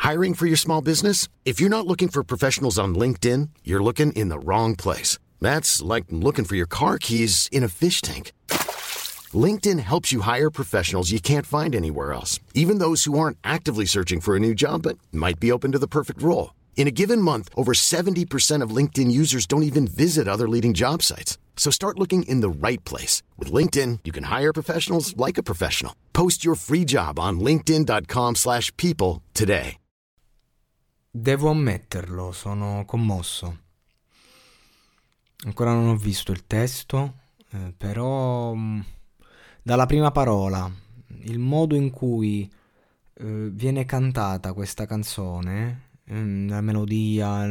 Hiring for your small business? If you're not looking for professionals on LinkedIn, you're looking in the wrong place. That's like looking for your car keys in a fish tank. LinkedIn helps you hire professionals you can't find anywhere else, even those who aren't actively searching for a new job but might be open to the perfect role. In a given month, over 70% of LinkedIn users don't even visit other leading job sites. So start looking in the right place. With LinkedIn, you can hire professionals like a professional. Post your free job on linkedin.com/people today. Devo ammetterlo, sono commosso. Ancora non ho visto il testo, però dalla prima parola, il modo in cui viene cantata questa canzone, la melodia,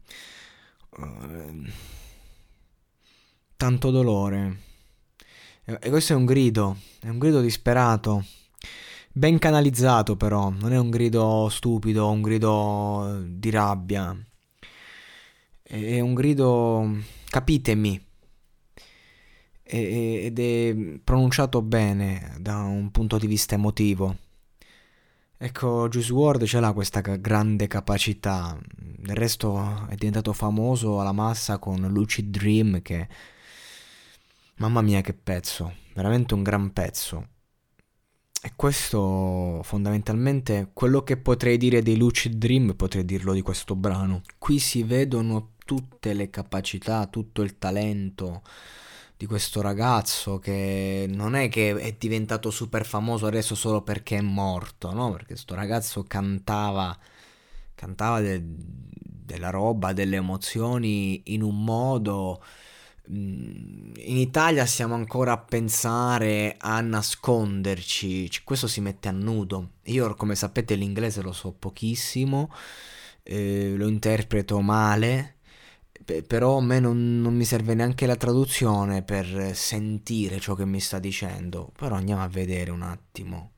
tanto dolore. E questo è un grido disperato, ben canalizzato però, non è un grido stupido, un grido di rabbia, è un grido, capitemi, ed è pronunciato bene da un punto di vista emotivo. Ecco, Juice WRLD ce l'ha questa grande capacità. Del resto è diventato famoso alla massa con Lucid Dream, che, mamma mia, che pezzo, veramente un gran pezzo. E questo, fondamentalmente, quello che potrei dire dei Lucid Dream potrei dirlo di questo brano. Qui si vedono tutte le capacità, tutto il talento di questo ragazzo, che non è che è diventato super famoso adesso solo perché è morto, no? Perché sto ragazzo cantava della roba, delle emozioni in un modo. In Italia siamo ancora a pensare a nasconderci, questo si mette a nudo. Io, come sapete, l'inglese lo so pochissimo, lo interpreto male, però a me non mi serve neanche la traduzione per sentire ciò che mi sta dicendo. Però andiamo a vedere un attimo.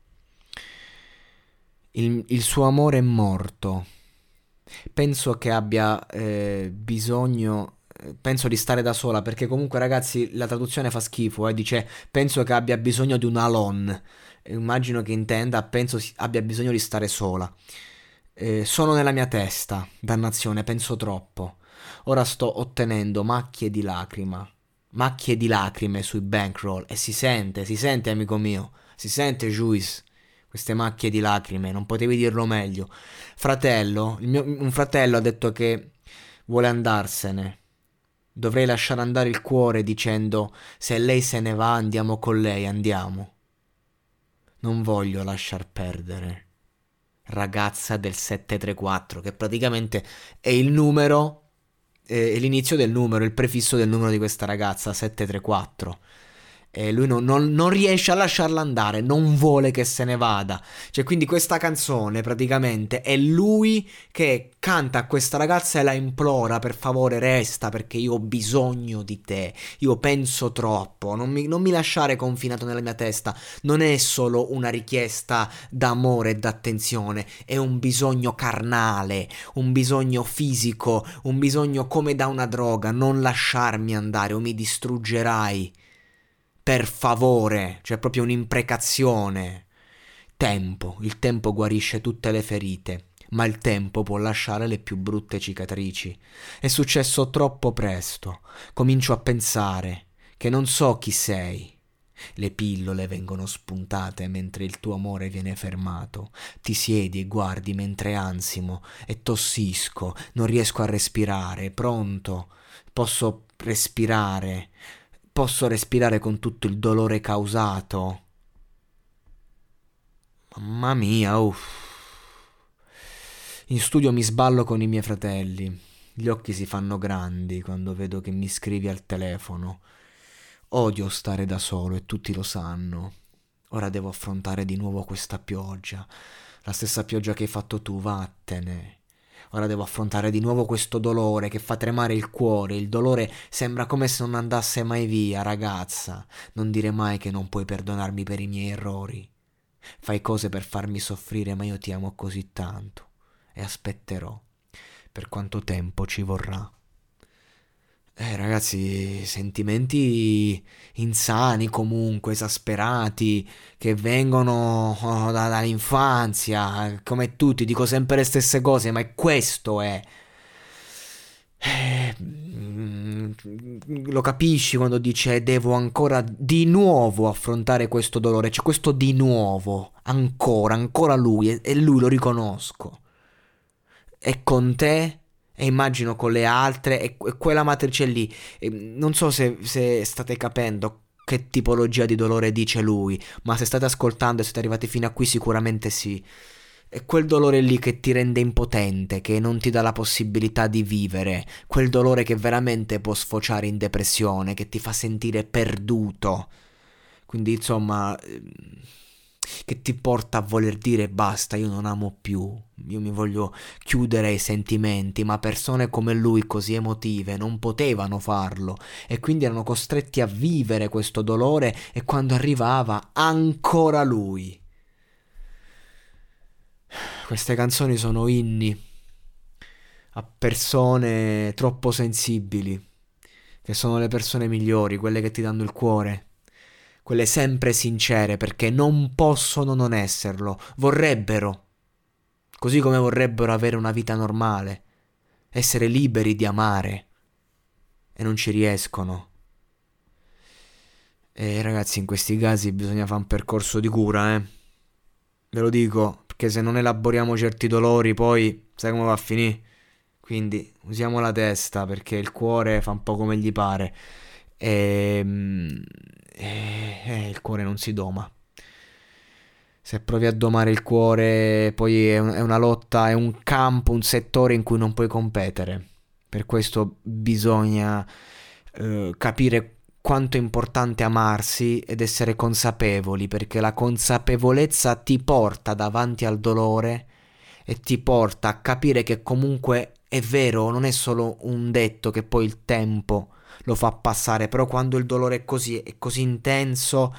Il suo amore è morto. Penso che abbia bisogno. Penso di stare da sola, perché comunque, ragazzi, la traduzione fa schifo, dice penso che abbia bisogno di un alone. Immagino che intenda abbia bisogno di stare sola. Sono nella mia testa, dannazione, penso troppo. Ora sto ottenendo macchie di lacrime sui bankroll, e si sente, amico mio, si sente, Juice, queste macchie di lacrime, non potevi dirlo meglio. Un fratello ha detto che vuole andarsene. Dovrei lasciare andare il cuore dicendo se lei se ne va andiamo con lei, andiamo. Non voglio lasciar perdere. Ragazza del 734, che praticamente è il numero, è l'inizio del numero, il prefisso del numero di questa ragazza, 734. E lui non riesce a lasciarla andare, non vuole che se ne vada. Cioè, quindi questa canzone praticamente è lui che canta a questa ragazza e la implora: per favore resta, perché io ho bisogno di te, io penso troppo, non mi lasciare confinato nella mia testa. Non è solo una richiesta d'amore e d'attenzione, è un bisogno carnale, un bisogno fisico, un bisogno come da una droga. Non lasciarmi andare o mi distruggerai. Per favore, cioè proprio un'imprecazione. Il tempo guarisce tutte le ferite, ma il tempo può lasciare le più brutte cicatrici. È successo troppo presto. Comincio a pensare che non so chi sei. Le pillole vengono spuntate mentre il tuo amore viene fermato. Ti siedi e guardi mentre ansimo e tossisco. Non riesco a respirare. Pronto? Posso respirare con tutto il dolore causato. Mamma mia, In studio mi sballo con i miei fratelli. Gli occhi si fanno grandi quando vedo che mi scrivi al telefono. Odio stare da solo e tutti lo sanno. Ora devo affrontare di nuovo questa pioggia. La stessa pioggia che hai fatto tu, vattene. Ora devo affrontare di nuovo questo dolore che fa tremare il cuore. Il dolore sembra come se non andasse mai via, ragazza. Non dire mai che non puoi perdonarmi per i miei errori. Fai cose per farmi soffrire, ma io ti amo così tanto. E aspetterò, per quanto tempo ci vorrà. Ragazzi, sentimenti insani comunque, esasperati, che vengono dall'infanzia, come tutti, dico sempre le stesse cose, ma è questo è. Lo capisci quando dice devo ancora di nuovo affrontare questo dolore, c'è questo di nuovo, ancora lui, e lui lo riconosco. È con te e immagino con le altre e quella matrice lì. E non so se state capendo che tipologia di dolore dice lui, ma se state ascoltando e siete arrivati fino a qui sicuramente sì. È quel dolore lì che ti rende impotente, che non ti dà la possibilità di vivere, quel dolore che veramente può sfociare in depressione, che ti fa sentire perduto. Quindi insomma, che ti porta a voler dire basta, io non amo più, io mi voglio chiudere ai sentimenti, ma persone come lui così emotive non potevano farlo e quindi erano costretti a vivere questo dolore e quando arrivava ancora lui. Queste canzoni sono inni a persone troppo sensibili, che sono le persone migliori, quelle che ti danno il cuore, quelle sempre sincere perché non possono non esserlo, vorrebbero, così come vorrebbero avere una vita normale, essere liberi di amare e non ci riescono. E ragazzi, in questi casi bisogna fare un percorso di cura, eh. Ve lo dico, perché se non elaboriamo certi dolori poi sai come va a finire? Quindi usiamo la testa perché il cuore fa un po' come gli pare e, il cuore non si doma. Se provi a domare il cuore poi è una lotta, è un campo, un settore in cui non puoi competere. Per questo bisogna capire quanto è importante amarsi ed essere consapevoli, perché la consapevolezza ti porta davanti al dolore e ti porta a capire che comunque è vero, non è solo un detto che poi il tempo lo fa passare, però quando il dolore è così intenso,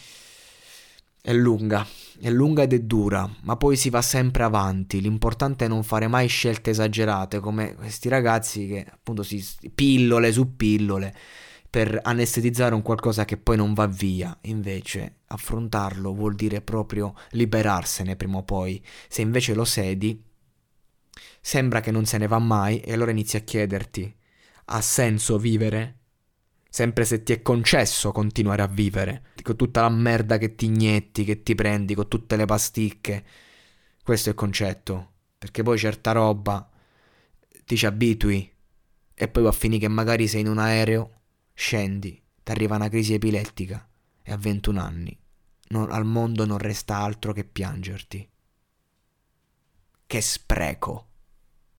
è lunga ed è dura, ma poi si va sempre avanti. L'importante è non fare mai scelte esagerate, come questi ragazzi che appunto pillole su pillole per anestetizzare un qualcosa che poi non va via. Invece affrontarlo vuol dire proprio liberarsene prima o poi. Se invece lo sedi, sembra che non se ne va mai e allora inizi a chiederti: ha senso vivere? Sempre se ti è concesso continuare a vivere, con tutta la merda che ti inietti, che ti prendi, con tutte le pasticche. Questo è il concetto. Perché poi certa roba ti ci abitui e poi va a finire che magari sei in un aereo, scendi, ti arriva una crisi epilettica e a 21 anni al mondo non resta altro che piangerti. Che spreco.